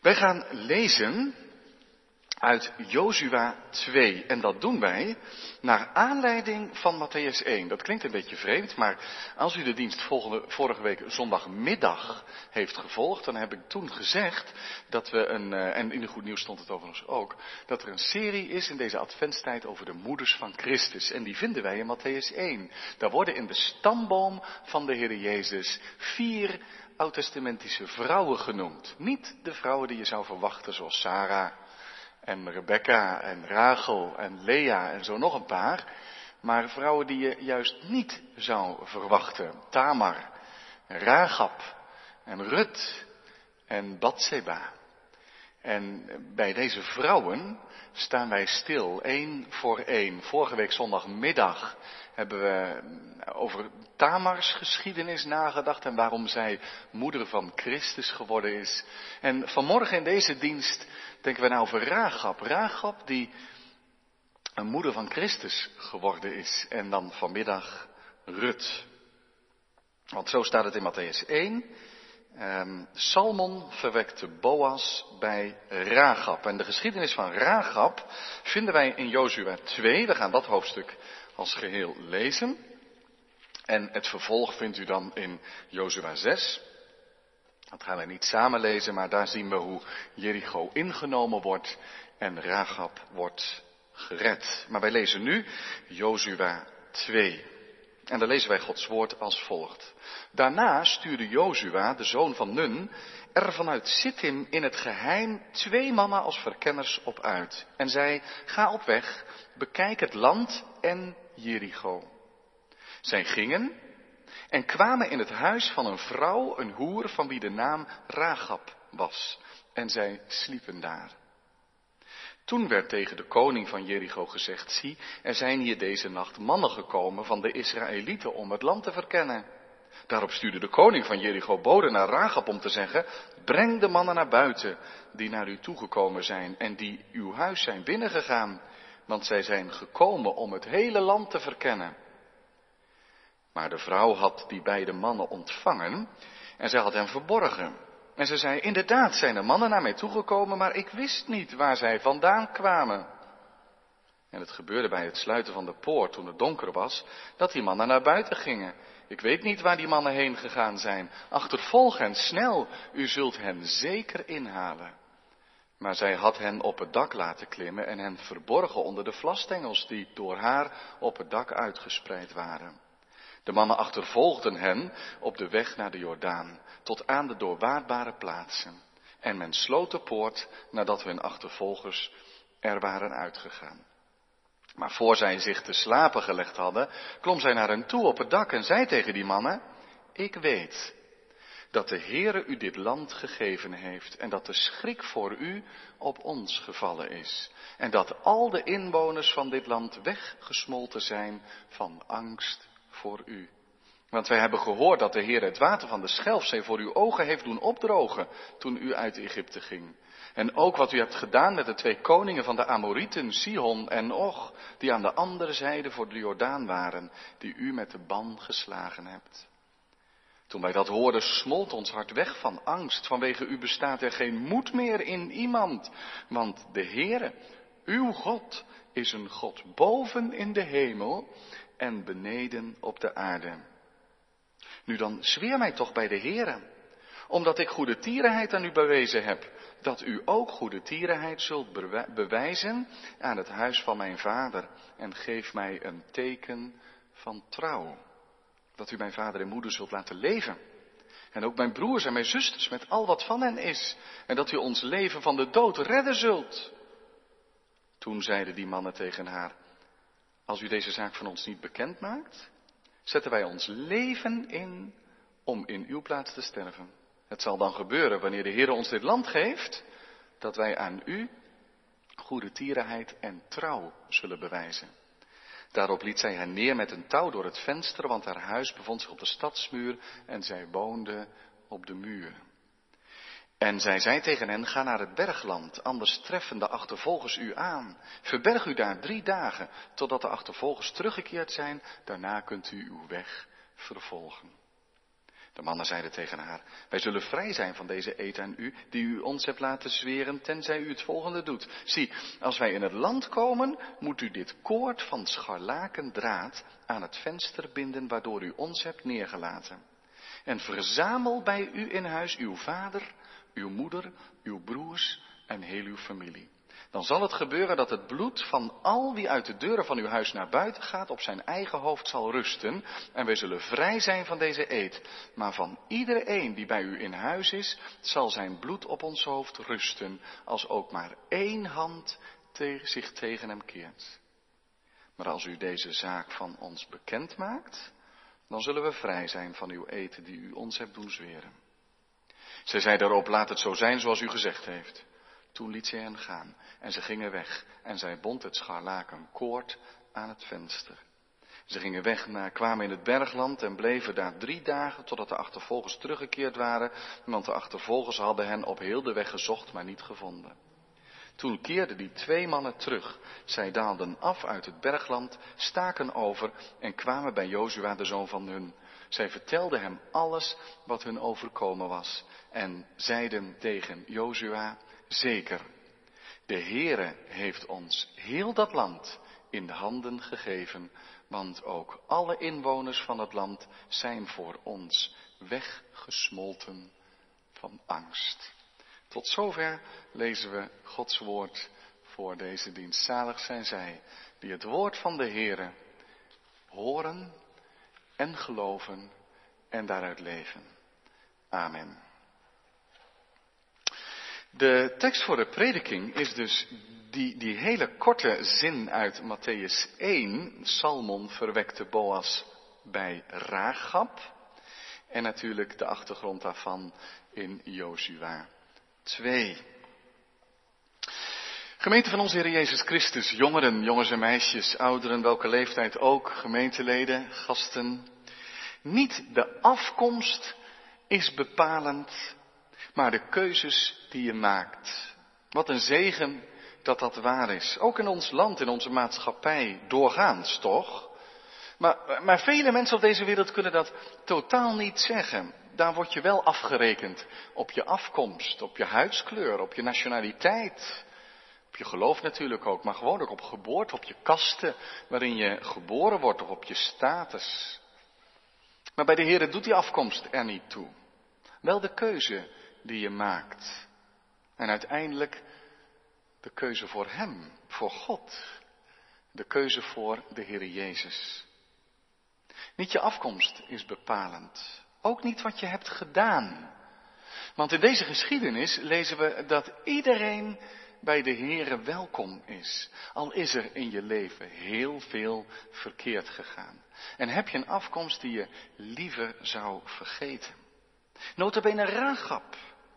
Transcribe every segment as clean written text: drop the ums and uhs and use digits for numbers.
Wij gaan lezen uit Jozua 2 en dat doen wij naar aanleiding van Mattheüs 1. Dat klinkt een beetje vreemd, maar als u de dienst vorige week zondagmiddag heeft gevolgd, dan heb ik toen gezegd dat we en in de Goed Nieuws stond het overigens ook, dat er een serie is in deze adventstijd over de moeders van Christus. En die vinden wij in Mattheüs 1. Daar worden in de stamboom van de Heer Jezus 4 oud-testamentische vrouwen genoemd. Niet de vrouwen die je zou verwachten zoals Sarah en Rebecca en Rachel en Lea en zo nog een paar. Maar vrouwen die je juist niet zou verwachten. Tamar, Ragab en Rut en Batseba. En bij deze vrouwen staan wij stil, 1 voor 1. Vorige week zondagmiddag hebben we over Tamars geschiedenis nagedacht en waarom zij moeder van Christus geworden is. En vanmorgen in deze dienst denken we nou over Ragab. Ragab die een moeder van Christus geworden is. En dan vanmiddag Rut. Want zo staat het in Mattheüs 1. Salmon verwekte Boas bij Ragab. En de geschiedenis van Ragab vinden wij in Jozua 2. We gaan dat hoofdstuk als geheel lezen. En het vervolg vindt u dan in Jozua 6. Dat gaan wij niet samen lezen, maar daar zien we hoe Jericho ingenomen wordt en Ragab wordt gered. Maar wij lezen nu Jozua 2. En dan lezen wij Gods woord als volgt. Daarna stuurde Jozua, de zoon van Nun, er vanuit Sittim in het geheim 2 mannen als verkenners op uit. En zei, ga op weg, bekijk het land en Jericho. Zij gingen en kwamen in het huis van een vrouw, een hoer, van wie de naam Ragab was. En zij sliepen daar. Toen werd tegen de koning van Jericho gezegd, zie, er zijn hier deze nacht mannen gekomen van de Israëlieten om het land te verkennen. Daarop stuurde de koning van Jericho boden naar Ragab om te zeggen, breng de mannen naar buiten die naar u toegekomen zijn en die uw huis zijn binnengegaan, want zij zijn gekomen om het hele land te verkennen. Maar de vrouw had die beide mannen ontvangen en zij had hen verborgen. En ze zei, inderdaad zijn er mannen naar mij toegekomen, maar ik wist niet waar zij vandaan kwamen. En het gebeurde bij het sluiten van de poort, toen het donker was, dat die mannen naar buiten gingen. Ik weet niet waar die mannen heen gegaan zijn. Achtervolg hen snel, u zult hen zeker inhalen. Maar zij had hen op het dak laten klimmen en hen verborgen onder de vlasstengels die door haar op het dak uitgespreid waren. De mannen achtervolgden hen op de weg naar de Jordaan, tot aan de doorwaadbare plaatsen. En men sloot de poort nadat hun achtervolgers er waren uitgegaan. Maar voor zij zich te slapen gelegd hadden, klom zij naar hen toe op het dak en zei tegen die mannen, ik weet dat de Heere u dit land gegeven heeft en dat de schrik voor u op ons gevallen is. En dat al de inwoners van dit land weggesmolten zijn van angst voor u. Want wij hebben gehoord dat de Heer het water van de Schelfzee voor uw ogen heeft doen opdrogen toen u uit Egypte ging. En ook wat u hebt gedaan met de 2 koningen van de Amorieten, Sihon en Og, die aan de andere zijde voor de Jordaan waren, die u met de ban geslagen hebt. Toen wij dat hoorden, smolt ons hart weg van angst. Vanwege u bestaat er geen moed meer in iemand. Want de Heere, uw God, is een God boven in de hemel en beneden op de aarde. Nu dan, zweer mij toch bij de Heere, omdat ik goede tierenheid aan u bewezen heb, dat u ook goede tierenheid zult bewijzen aan het huis van mijn vader. En geef mij een teken van trouw, dat u mijn vader en moeder zult laten leven. En ook mijn broers en mijn zusters met al wat van hen is. En dat u ons leven van de dood redden zult. Toen zeiden die mannen tegen haar, als u deze zaak van ons niet bekend maakt, zetten wij ons leven in om in uw plaats te sterven. Het zal dan gebeuren wanneer de Heer ons dit land geeft, dat wij aan u goede tierenheid en trouw zullen bewijzen. Daarop liet zij hen neer met een touw door het venster, want haar huis bevond zich op de stadsmuur en zij woonde op de muur. En zij zei tegen hen, ga naar het bergland, anders treffen de achtervolgers u aan. Verberg u daar 3 dagen, totdat de achtervolgers teruggekeerd zijn, daarna kunt u uw weg vervolgen. De mannen zeiden tegen haar: wij zullen vrij zijn van deze eed aan u, die u ons hebt laten zweren, tenzij u het volgende doet. Zie, als wij in het land komen, moet u dit koord van scharlakendraad aan het venster binden, waardoor u ons hebt neergelaten. En verzamel bij u in huis uw vader, uw moeder, uw broers en heel uw familie. Dan zal het gebeuren dat het bloed van al wie uit de deuren van uw huis naar buiten gaat op zijn eigen hoofd zal rusten. En wij zullen vrij zijn van deze eed. Maar van iedereen die bij u in huis is, zal zijn bloed op ons hoofd rusten, als ook maar één hand zich tegen hem keert. Maar als u deze zaak van ons bekend maakt, dan zullen we vrij zijn van uw eed die u ons hebt doen zweren. Zij zei daarop: laat het zo zijn zoals u gezegd heeft. Toen liet zij hen gaan en ze gingen weg en zij bond het scharlakenkoord aan het venster. Ze gingen weg, kwamen in het bergland en bleven daar 3 dagen totdat de achtervolgers teruggekeerd waren, want de achtervolgers hadden hen op heel de weg gezocht, maar niet gevonden. Toen keerden die 2 mannen terug. Zij daalden af uit het bergland, staken over en kwamen bij Jozua, de zoon van Nun. Zij vertelden hem alles wat hun overkomen was en zeiden tegen Jozua: zeker, de Heere heeft ons heel dat land in de handen gegeven, want ook alle inwoners van het land zijn voor ons weggesmolten van angst. Tot zover lezen we Gods woord voor deze dienst. Zalig zijn zij die het woord van de Heere horen en geloven en daaruit leven. Amen. De tekst voor de prediking is dus die hele korte zin uit Mattheüs 1. Salmon verwekte Boas bij Rachab. En natuurlijk de achtergrond daarvan in Jozua 2. Gemeente van onze Heer Jezus Christus, jongeren, jongens en meisjes, ouderen, welke leeftijd ook, gemeenteleden, gasten. Niet de afkomst is bepalend, maar de keuzes die je maakt. Wat een zegen dat dat waar is. Ook in ons land, in onze maatschappij, doorgaans toch? Maar vele mensen op deze wereld kunnen dat totaal niet zeggen. Daar word je wel afgerekend op je afkomst, op je huidskleur, op je nationaliteit. Op je geloof natuurlijk ook, maar gewoon ook op geboorte, op je kaste waarin je geboren wordt of op je status. Maar bij de Heere doet die afkomst er niet toe. Wel de keuze die je maakt. En uiteindelijk de keuze voor Hem, voor God. De keuze voor de Heere Jezus. Niet je afkomst is bepalend. Ook niet wat je hebt gedaan. Want in deze geschiedenis lezen we dat iedereen bij de Heere welkom is. Al is er in je leven heel veel verkeerd gegaan. En heb je een afkomst die je liever zou vergeten. Nota bene Rachab.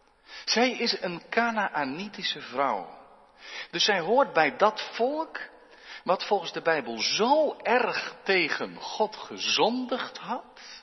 Zij is een Kanaanitische vrouw. Dus zij hoort bij dat volk wat volgens de Bijbel zo erg tegen God gezondigd had,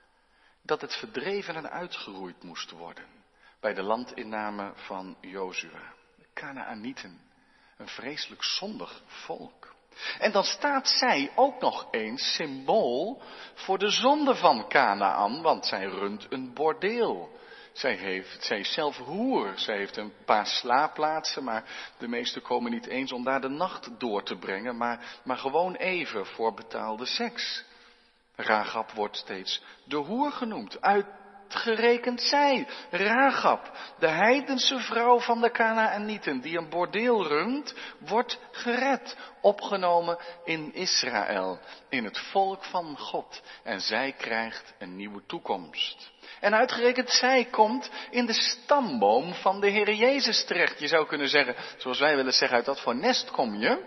dat het verdreven en uitgeroeid moest worden bij de landinname van Jozua. De Kanaanieten, een vreselijk zondig volk. En dan staat zij ook nog eens symbool voor de zonde van Kanaan, want zij runt een bordeel. Zij is zelf hoer, zij heeft een paar slaapplaatsen, maar de meesten komen niet eens om daar de nacht door te brengen, maar gewoon even voor betaalde seks. Rachab wordt steeds de hoer genoemd, uitgerekend zij, Rachab, de heidense vrouw van de Kanaanieten, die een bordeel runt, wordt gered, opgenomen in Israël, in het volk van God. En zij krijgt een nieuwe toekomst. En uitgerekend zij komt in de stamboom van de Heer Jezus terecht. Je zou kunnen zeggen, zoals wij willen zeggen, uit wat voor nest kom je?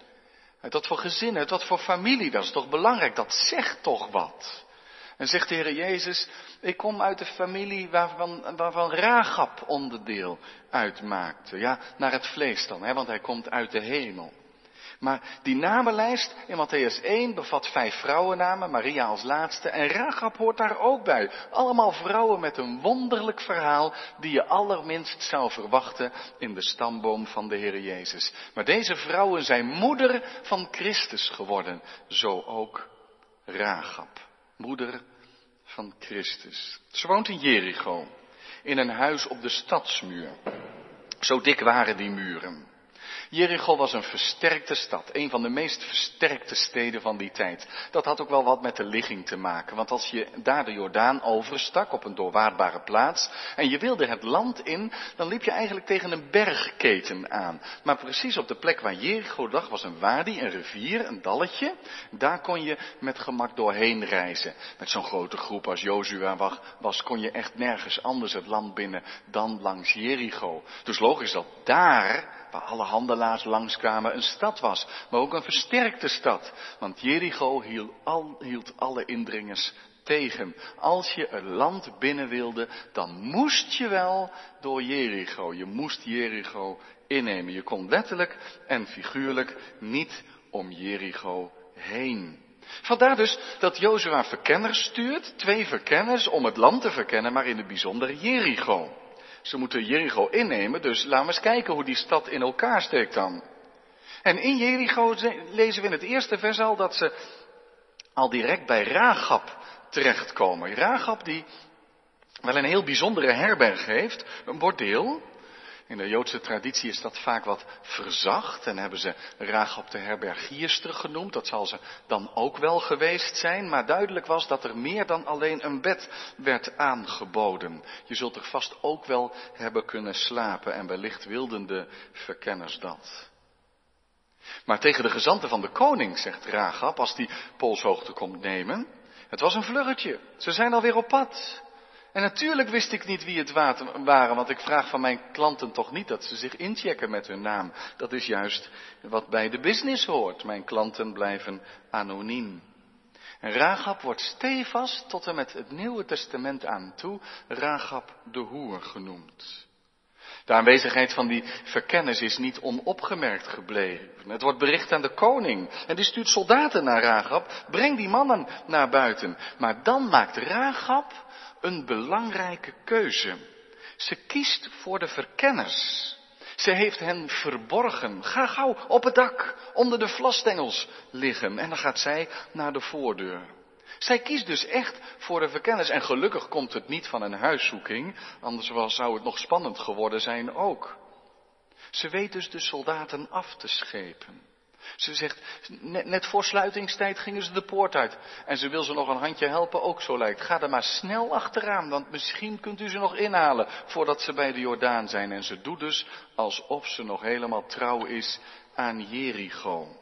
Uit wat voor gezin, uit wat voor familie, dat is toch belangrijk, dat zegt toch wat. En zegt de Heer Jezus, ik kom uit de familie waarvan Rachab onderdeel uitmaakte. Ja, naar het vlees dan, want hij komt uit de hemel. Maar die namenlijst in Mattheüs 1 bevat 5 vrouwennamen, Maria als laatste. En Rachab hoort daar ook bij. Allemaal vrouwen met een wonderlijk verhaal die je allerminst zou verwachten in de stamboom van de Heer Jezus. Maar deze vrouwen zijn moeder van Christus geworden. Zo ook Rachab, moeder van Christus. Ze woont in Jericho, in een huis op de stadsmuur. Zo dik waren die muren. Jericho was een versterkte stad, een van de meest versterkte steden van die tijd. Dat had ook wel wat met de ligging te maken, want als je daar de Jordaan overstak op een doorwaadbare plaats en je wilde het land in, dan liep je eigenlijk tegen een bergketen aan. Maar precies op de plek waar Jericho lag was een wadi, een rivier, een dalletje. Daar kon je met gemak doorheen reizen. Met zo'n grote groep als Jozua was, kon je echt nergens anders het land binnen dan langs Jericho. Dus logisch dat daar, waar alle handelaars langskwamen, een stad was. Maar ook een versterkte stad. Want Jericho hield alle indringers tegen. Als je het land binnen wilde, dan moest je wel door Jericho. Je moest Jericho innemen. Je kon letterlijk en figuurlijk niet om Jericho heen. Vandaar dus dat Jozua verkenners stuurt, 2 verkenners, om het land te verkennen, maar in het bijzonder Jericho. Ze moeten Jericho innemen, dus laten we eens kijken hoe die stad in elkaar steekt dan. En in Jericho lezen we in het eerste vers al dat ze al direct bij Rachab terechtkomen. Rachab die wel een heel bijzondere herberg heeft, een bordeel. In de Joodse traditie is dat vaak wat verzacht en hebben ze Rachab de herbergierster genoemd. Dat zal ze dan ook wel geweest zijn, maar duidelijk was dat er meer dan alleen een bed werd aangeboden. Je zult er vast ook wel hebben kunnen slapen en wellicht wilden de verkenners dat. Maar tegen de gezanten van de koning, zegt Rachab, als die polshoogte komt nemen, het was een vluggetje, ze zijn alweer op pad. En natuurlijk wist ik niet wie het waren, want ik vraag van mijn klanten toch niet dat ze zich inchecken met hun naam. Dat is juist wat bij de business hoort. Mijn klanten blijven anoniem. En Rachab wordt stevast tot en met het Nieuwe Testament aan toe Rachab de hoer genoemd. De aanwezigheid van die verkenners is niet onopgemerkt gebleven. Het wordt bericht aan de koning. En die stuurt soldaten naar Rachab. Breng die mannen naar buiten. Maar dan maakt Rachab een belangrijke keuze. Ze kiest voor de verkenners. Ze heeft hen verborgen. Ga gauw op het dak, onder de vlasstengels liggen. En dan gaat zij naar de voordeur. Zij kiest dus echt voor de verkenners. En gelukkig komt het niet van een huiszoeking, anders zou het nog spannend geworden zijn ook. Ze weet dus de soldaten af te schepen. Ze zegt, net voor sluitingstijd gingen ze de poort uit. En ze wil ze nog een handje helpen, ook zo lijkt. Ga er maar snel achteraan, want misschien kunt u ze nog inhalen voordat ze bij de Jordaan zijn. En ze doet dus alsof ze nog helemaal trouw is aan Jericho.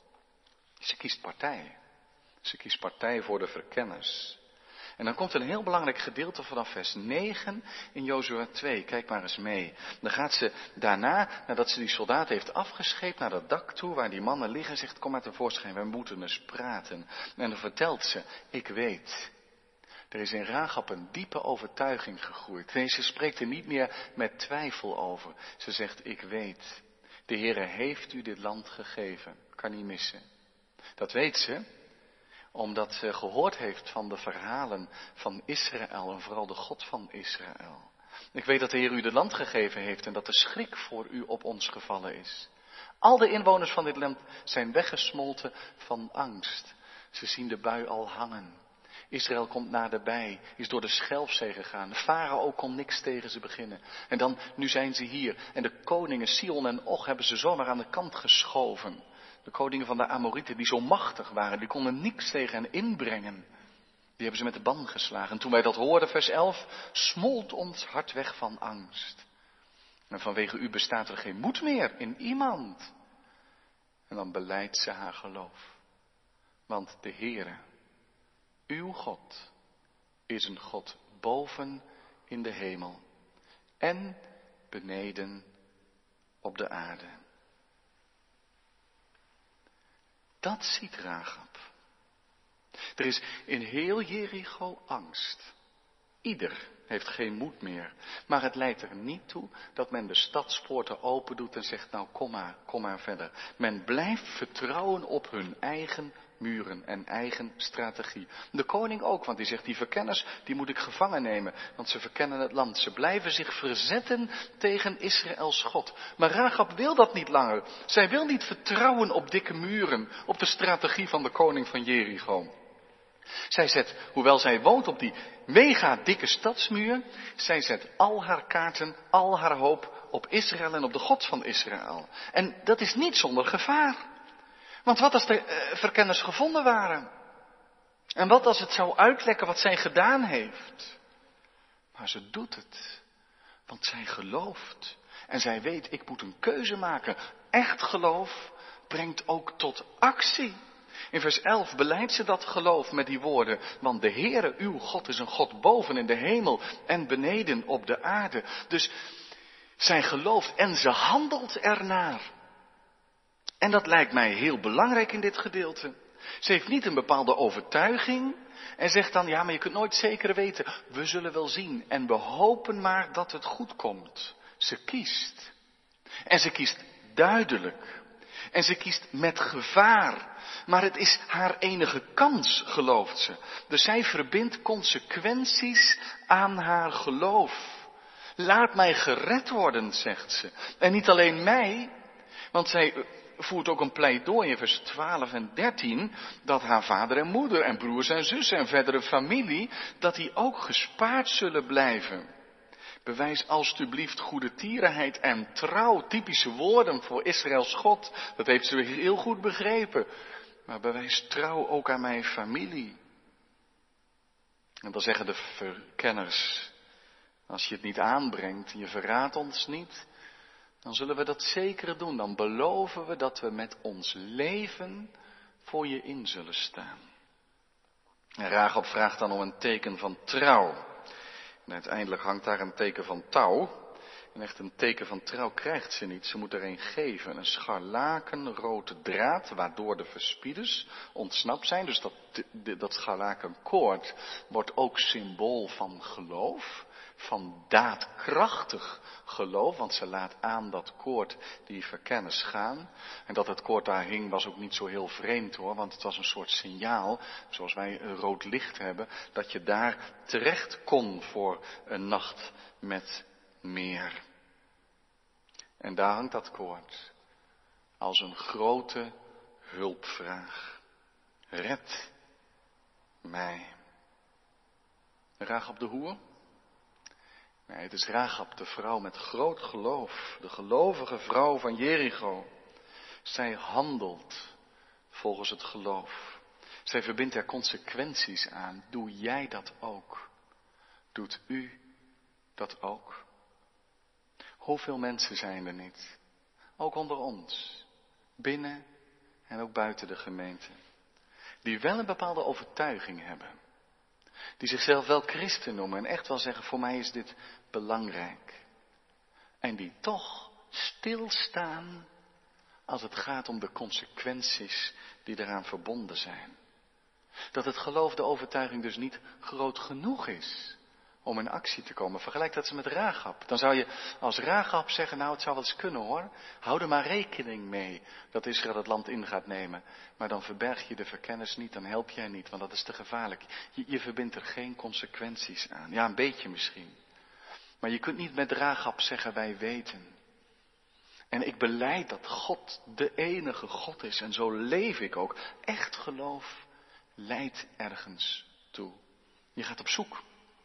Ze kiest partij. Ze kiest partij voor de verkenners. En dan komt een heel belangrijk gedeelte vanaf vers 9 in Jozua 2. Kijk maar eens mee. Dan gaat ze daarna, nadat ze die soldaat heeft afgescheept, naar dat dak toe waar die mannen liggen, zegt, kom maar tevoorschijn, wij moeten eens praten. En dan vertelt ze, ik weet. Er is in Rachab een diepe overtuiging gegroeid. Nee, ze spreekt er niet meer met twijfel over. Ze zegt, ik weet. De Heere heeft u dit land gegeven. Kan niet missen. Dat weet ze omdat ze gehoord heeft van de verhalen van Israël en vooral de God van Israël. Ik weet dat de Heer u dit land gegeven heeft en dat de schrik voor u op ons gevallen is. Al de inwoners van dit land zijn weggesmolten van angst. Ze zien de bui al hangen. Israël komt naderbij, is door de Schelfzee gegaan. De farao kon niks tegen ze beginnen. En dan, nu zijn ze hier. En de koningen Sion en Og hebben ze zomaar aan de kant geschoven. De koningen van de Amorieten, die zo machtig waren, die konden niks tegen hen inbrengen. Die hebben ze met de ban geslagen. En toen wij dat hoorden, vers 11, smolt ons hart weg van angst. En vanwege u bestaat er geen moed meer in iemand. En dan belijdt ze haar geloof. Want de Heere, uw God, is een God boven in de hemel en beneden op de aarde. Dat ziet Rachab. Er is in heel Jericho angst. Ieder heeft geen moed meer. Maar het leidt er niet toe dat men de stadspoorten open doet en zegt, nou kom maar verder. Men blijft vertrouwen op hun eigen muren en eigen strategie. De koning ook, want die zegt, die verkenners, die moet ik gevangen nemen, want ze verkennen het land. Ze blijven zich verzetten tegen Israëls God. Maar Rachab wil dat niet langer. Zij wil niet vertrouwen op dikke muren, op de strategie van de koning van Jericho. Zij zet, hoewel zij woont op die mega dikke stadsmuur, zij zet al haar kaarten, al haar hoop op Israël en op de God van Israël. En dat is niet zonder gevaar. Want wat als de verkenners gevonden waren? En wat als het zou uitlekken wat zij gedaan heeft? Maar ze doet het. Want zij gelooft. En zij weet, ik moet een keuze maken. Echt geloof brengt ook tot actie. In vers 11 beleidt ze dat geloof met die woorden. Want de Heere, uw God, is een God boven in de hemel en beneden op de aarde. Dus zij gelooft en ze handelt ernaar. En dat lijkt mij heel belangrijk in dit gedeelte. Ze heeft niet een bepaalde overtuiging en zegt dan, ja, maar je kunt nooit zeker weten. We zullen wel zien en we hopen maar dat het goed komt. Ze kiest. En ze kiest duidelijk. En ze kiest met gevaar. Maar het is haar enige kans, gelooft ze. Dus zij verbindt consequenties aan haar geloof. Laat mij gered worden, zegt ze. En niet alleen mij, want zij voert ook een pleidooi in vers 12 en 13, dat haar vader en moeder en broers en zussen en verdere familie, dat die ook gespaard zullen blijven. Bewijs alstublieft goede tierenheid en trouw, typische woorden voor Israëls God. Dat heeft ze heel goed begrepen. Maar bewijs trouw ook aan mijn familie. En dan zeggen de verkenners, als je het niet aanbrengt, je verraadt ons niet, dan zullen we dat zeker doen. Dan beloven we dat we met ons leven voor je in zullen staan. En Rachab vraagt dan om een teken van trouw. En uiteindelijk hangt daar een teken van touw. En echt een teken van trouw krijgt ze niet. Ze moet er een geven. Een scharlakenrode draad, waardoor de verspieders ontsnapt zijn. Dus dat scharlakenkoord wordt ook symbool van geloof. Van daadkrachtig geloof. Want ze laat aan dat koord die verkenners gaan. En dat het koord daar hing was ook niet zo heel vreemd hoor. Want het was een soort signaal, zoals wij een rood licht hebben, dat je daar terecht kon voor een nacht met meer. En daar hangt dat koord. Als een grote hulpvraag. Red mij. Rachab de hoer? Nee, het is Rachab, de vrouw met groot geloof. De gelovige vrouw van Jericho. Zij handelt volgens het geloof. Zij verbindt er consequenties aan. Doe jij dat ook? Doet u dat ook? Hoeveel mensen zijn er niet? Ook onder ons. Binnen en ook buiten de gemeente. Die wel een bepaalde overtuiging hebben. Die zichzelf wel christen noemen en echt wel zeggen, voor mij is dit belangrijk. En die toch stilstaan als het gaat om de consequenties die eraan verbonden zijn. Dat het geloof, de overtuiging dus niet groot genoeg is om in actie te komen. Vergelijk dat ze met Rachab. Dan zou je als Rachab zeggen, nou het zou wel eens kunnen hoor. Hou er maar rekening mee dat Israël het land in gaat nemen. Maar dan verberg je de verkenners niet, dan help je hen niet, want dat is te gevaarlijk. Je verbindt er geen consequenties aan. Ja, een beetje misschien. Maar je kunt niet met Rachab zeggen, wij weten. En ik belijd dat God de enige God is. En zo leef ik ook. Echt geloof leidt ergens toe. Je gaat op zoek.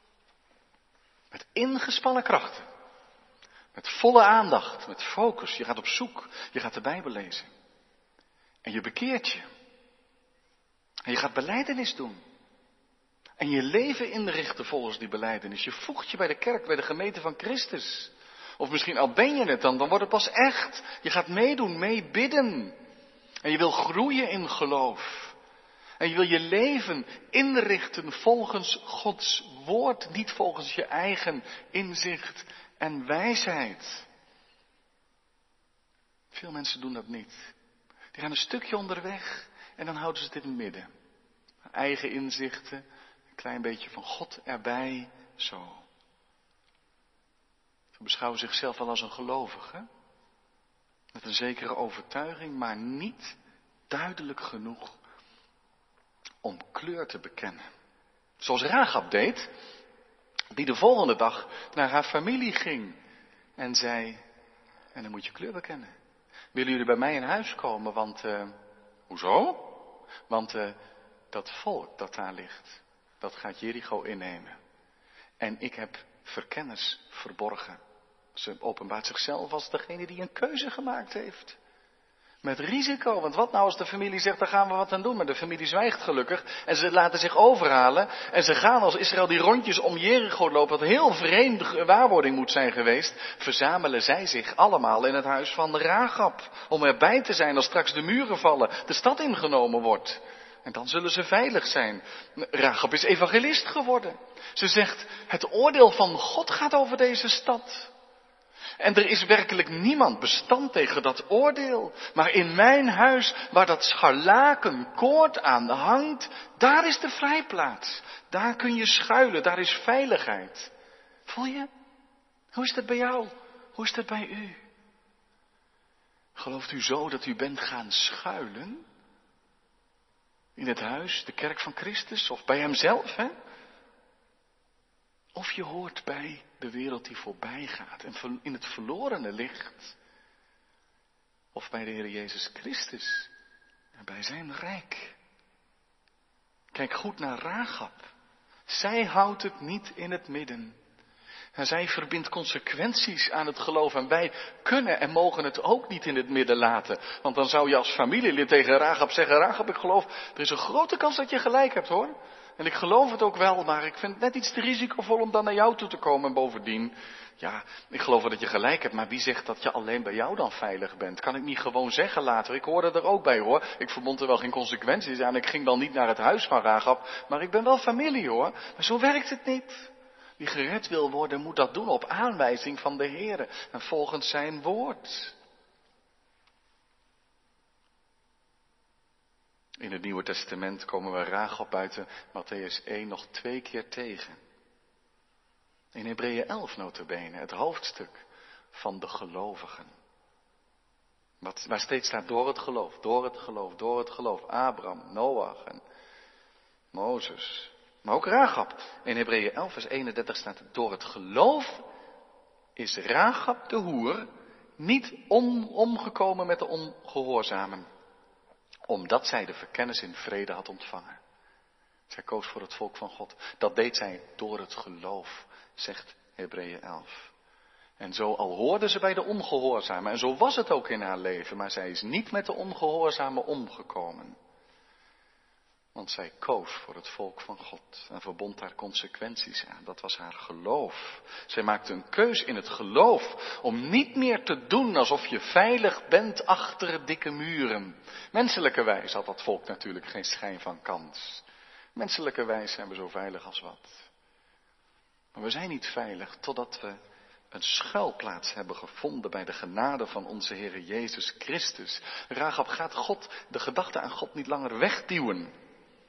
Met ingespannen krachten. Met volle aandacht. Met focus. Je gaat op zoek. Je gaat de Bijbel lezen. En je bekeert je. En je gaat belijdenis doen. En je leven inrichten volgens die belijdenis. Je voegt je bij de kerk, bij de gemeente van Christus. Of misschien al ben je het dan wordt het pas echt. Je gaat meedoen, meebidden. En je wil groeien in geloof. En je wil je leven inrichten volgens Gods woord. Niet volgens je eigen inzicht en wijsheid. Veel mensen doen dat niet. Die gaan een stukje onderweg en dan houden ze het in het midden. Eigen inzichten, een klein beetje van God erbij, zo. Ze beschouwen zichzelf wel als een gelovige. Met een zekere overtuiging, maar niet duidelijk genoeg om kleur te bekennen. Zoals Rachab deed, die de volgende dag naar haar familie ging en zei, en dan moet je kleur bekennen. Willen jullie bij mij in huis komen, want, hoezo? Want dat volk dat daar ligt, dat gaat Jericho innemen. En ik heb verkennis verborgen. Ze openbaart zichzelf als degene die een keuze gemaakt heeft. Met risico, want wat nou als de familie zegt, daar gaan we wat aan doen. Maar de familie zwijgt gelukkig en ze laten zich overhalen. En ze gaan als Israël die rondjes om Jericho lopen, wat heel vreemde waarwording moet zijn geweest. Verzamelen zij zich allemaal in het huis van Rachab. Om erbij te zijn als straks de muren vallen, de stad ingenomen wordt. En dan zullen ze veilig zijn. Rachab is evangelist geworden. Ze zegt, het oordeel van God gaat over deze stad. En er is werkelijk niemand bestand tegen dat oordeel. Maar in mijn huis, waar dat scharlakenkoord aan hangt, daar is de vrijplaats. Daar kun je schuilen, daar is veiligheid. Voel je? Hoe is dat bij jou? Hoe is dat bij u? Gelooft u zo dat u bent gaan schuilen? In het huis, de kerk van Christus, of bij hemzelf, hè? Of je hoort bij de wereld die voorbij gaat en in het verlorene ligt. Of bij de Heer Jezus Christus en bij zijn rijk. Kijk goed naar Rachab. Zij houdt het niet in het midden. En zij verbindt consequenties aan het geloof. En wij kunnen en mogen het ook niet in het midden laten. Want dan zou je als familielid tegen Rachab zeggen, Rachab, ik geloof, er is een grote kans dat je gelijk hebt hoor. En ik geloof het ook wel, maar ik vind het net iets te risicovol om dan naar jou toe te komen. En bovendien, ja, ik geloof wel dat je gelijk hebt, maar wie zegt dat je alleen bij jou dan veilig bent? Kan ik niet gewoon zeggen later? Ik hoorde er ook bij hoor. Ik verbond er wel geen consequenties aan. Ik ging wel niet naar het huis van Rachab, maar ik ben wel familie hoor. Maar zo werkt het niet. Wie gered wil worden, moet dat doen op aanwijzing van de Heer en volgens zijn woord. In het Nieuwe Testament komen we Rachab buiten Mattheüs 1 nog 2 keer tegen. In Hebreeën 11 nota bene, het hoofdstuk van de gelovigen. Waar steeds staat door het geloof, door het geloof, door het geloof. Abraham, Noach en Mozes. Maar ook Rachab. In Hebreeën 11 vers 31 staat, door het geloof is Rachab de hoer niet omgekomen met de ongehoorzamen. Omdat zij de verkennis in vrede had ontvangen. Zij koos voor het volk van God. Dat deed zij door het geloof, zegt Hebreeën 11. En zo al hoorde ze bij de ongehoorzamen, en zo was het ook in haar leven, maar zij is niet met de ongehoorzamen omgekomen. Want zij koos voor het volk van God en verbond daar consequenties aan. Dat was haar geloof. Zij maakte een keus in het geloof om niet meer te doen alsof je veilig bent achter dikke muren. Menselijkerwijs had dat volk natuurlijk geen schijn van kans. Menselijkerwijs zijn we zo veilig als wat. Maar we zijn niet veilig totdat we een schuilplaats hebben gevonden bij de genade van onze Heer Jezus Christus. Rachab gaat God, de gedachte aan God niet langer wegduwen.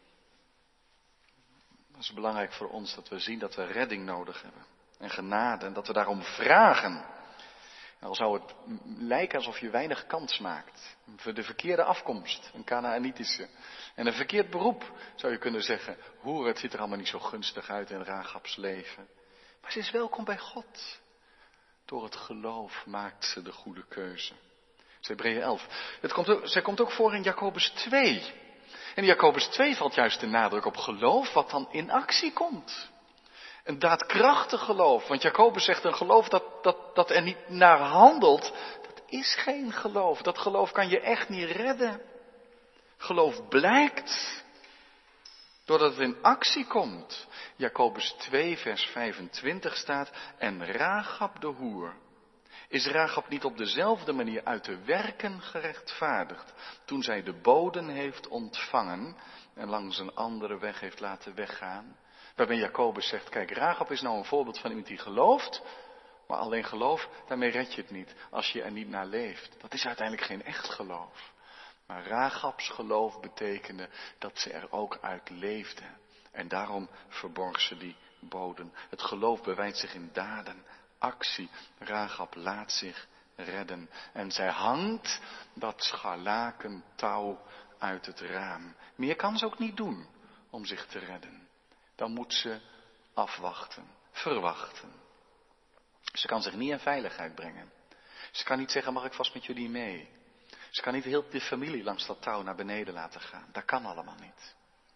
Het is belangrijk voor ons dat we zien dat we redding nodig hebben. En genade. En dat we daarom vragen. En al zou het lijken alsof je weinig kans maakt. Voor de verkeerde afkomst. Een Kanaanitische. En een verkeerd beroep zou je kunnen zeggen. Hoer, het ziet er allemaal niet zo gunstig uit in Rachabs leven. Maar ze is welkom bij God. Door het geloof maakt ze de goede keuze. Hebreeën 11. Zij komt ook voor in Jacobus 2. En in Jacobus 2 valt juist de nadruk op geloof wat dan in actie komt. Een daadkrachtig geloof. Want Jacobus zegt een geloof dat er niet naar handelt. Dat is geen geloof. Dat geloof kan je echt niet redden. Geloof blijkt doordat het in actie komt. Jacobus 2 vers 25 staat. En Rachab de hoer. Is Rachab niet op dezelfde manier uit de werken gerechtvaardigd, toen zij de boden heeft ontvangen en langs een andere weg heeft laten weggaan? Waarbij Jacobus zegt, kijk, Rachab is nou een voorbeeld van iemand die gelooft, maar alleen geloof, daarmee red je het niet, als je er niet naar leeft. Dat is uiteindelijk geen echt geloof. Maar Rachabs geloof betekende dat ze er ook uit leefde. En daarom verborg ze die boden. Het geloof bewijst zich in daden. Actie. Rachab laat zich redden. En zij hangt dat scharlaken touw uit het raam. Meer kan ze ook niet doen om zich te redden. Dan moet ze afwachten, verwachten. Ze kan zich niet in veiligheid brengen. Ze kan niet zeggen, mag ik vast met jullie mee? Ze kan niet heel de familie langs dat touw naar beneden laten gaan. Dat kan allemaal niet.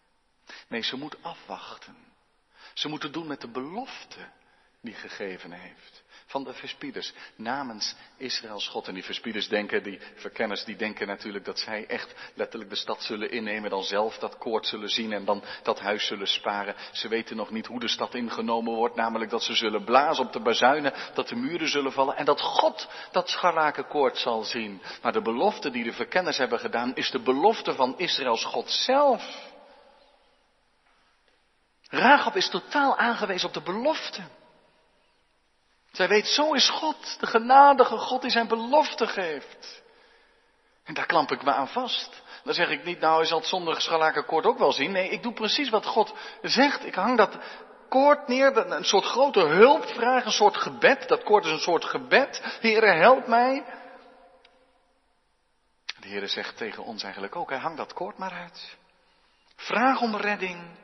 Nee, ze moet afwachten. Ze moet het doen met de belofte die gegeven heeft. Van de verspieders, namens Israëls God. En die verspieders denken, die verkenners, die denken natuurlijk dat zij echt letterlijk de stad zullen innemen. Dan zelf dat koord zullen zien en dan dat huis zullen sparen. Ze weten nog niet hoe de stad ingenomen wordt. Namelijk dat ze zullen blazen op de bazuinen, dat de muren zullen vallen. En dat God dat scharlakenkoord zal zien. Maar de belofte die de verkenners hebben gedaan, is de belofte van Israëls God zelf. Rahab is totaal aangewezen op de belofte. Zij weet, zo is God, de genadige God die zijn belofte geeft. En daar klamp ik me aan vast. Dan zeg ik niet, nou, je zal het zonder scharlakenkoord ook wel zien. Nee, ik doe precies wat God zegt. Ik hang dat koord neer, een soort grote hulpvraag, een soort gebed. Dat koord is een soort gebed. Heere, help mij. De Heere zegt tegen ons eigenlijk ook, hang dat koord maar uit. Vraag om redding.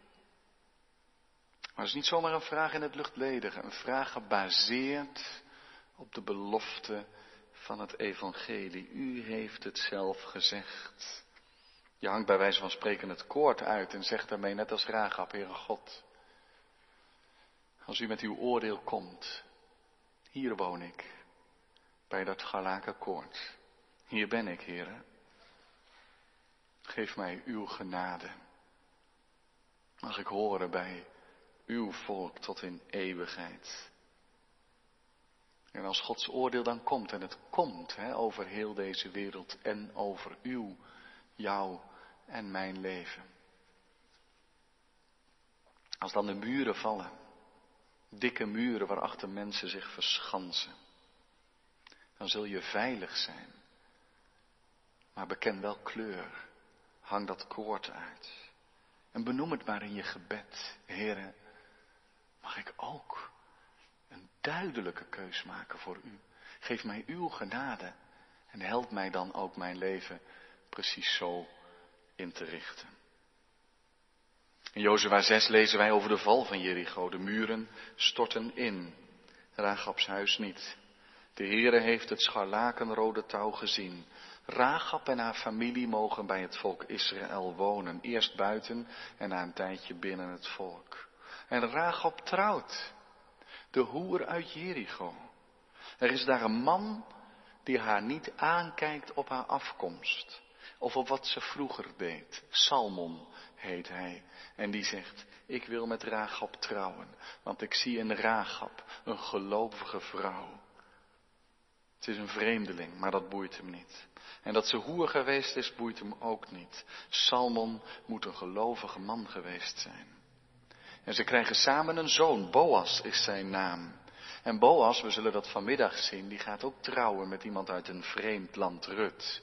Maar het is niet zomaar een vraag in het luchtledige. Een vraag gebaseerd op de belofte van het evangelie. U heeft het zelf gezegd. Je hangt bij wijze van spreken het koord uit en zegt daarmee net als Rahab, Heere God. Als u met uw oordeel komt, hier woon ik, bij dat scharlakenkoord. Hier ben ik, Heere. Geef mij uw genade. Mag ik horen bij uw volk tot in eeuwigheid. En als Gods oordeel dan komt, en het komt over heel deze wereld en over jou en mijn leven. Als dan de muren vallen, dikke muren waarachter mensen zich verschansen, dan zul je veilig zijn. Maar beken wel kleur, hang dat koord uit. En benoem het maar in je gebed, Heere. Mag ik ook een duidelijke keus maken voor u. Geef mij uw genade en help mij dan ook mijn leven precies zo in te richten. In Jozua 6 lezen wij over de val van Jericho. De muren storten in, Rahabs huis niet. De Heere heeft het scharlakenrode touw gezien. Rahab en haar familie mogen bij het volk Israël wonen. Eerst buiten en na een tijdje binnen het volk. En Rahab trouwt, de hoer uit Jericho. Er is daar een man die haar niet aankijkt op haar afkomst. Of op wat ze vroeger deed. Salmon heet hij. En die zegt, ik wil met Rahab trouwen. Want ik zie in Rahab een gelovige vrouw. Het is een vreemdeling, maar dat boeit hem niet. En dat ze hoer geweest is, boeit hem ook niet. Salmon moet een gelovige man geweest zijn. En ze krijgen samen een zoon, Boas is zijn naam. En Boas, we zullen dat vanmiddag zien, die gaat ook trouwen met iemand uit een vreemd land, Rut.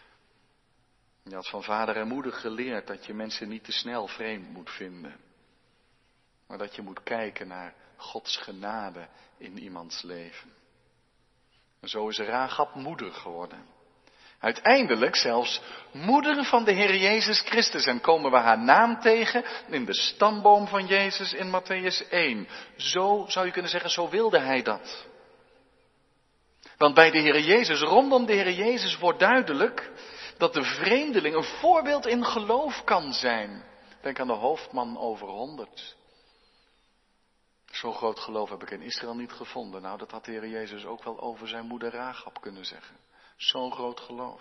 Je had van vader en moeder geleerd dat je mensen niet te snel vreemd moet vinden. Maar dat je moet kijken naar Gods genade in iemands leven. En zo is Rahab moeder geworden. Uiteindelijk zelfs moeder van de Heer Jezus Christus. En komen we haar naam tegen in de stamboom van Jezus in Mattheüs 1. Zo zou je kunnen zeggen, zo wilde hij dat. Want bij de Heer Jezus, rondom de Heer Jezus wordt duidelijk dat de vreemdeling een voorbeeld in geloof kan zijn. Denk aan de hoofdman over 100. Zo'n groot geloof heb ik in Israël niet gevonden. Nou, dat had de Heer Jezus ook wel over zijn moeder Rahab kunnen zeggen. Zo'n groot geloof.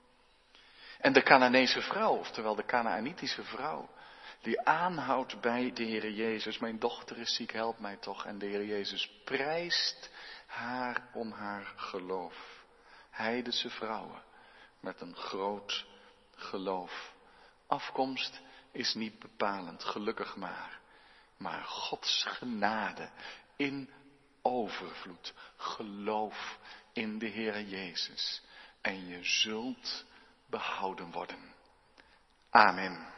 En de Canaanese vrouw, oftewel de Canaanitische vrouw, die aanhoudt bij de Heer Jezus. Mijn dochter is ziek, help mij toch. En de Heer Jezus prijst haar om haar geloof. Heidense vrouwen met een groot geloof. Afkomst is niet bepalend, gelukkig maar. Maar Gods genade in overvloed. Geloof in de Heer Jezus. En je zult behouden worden. Amen.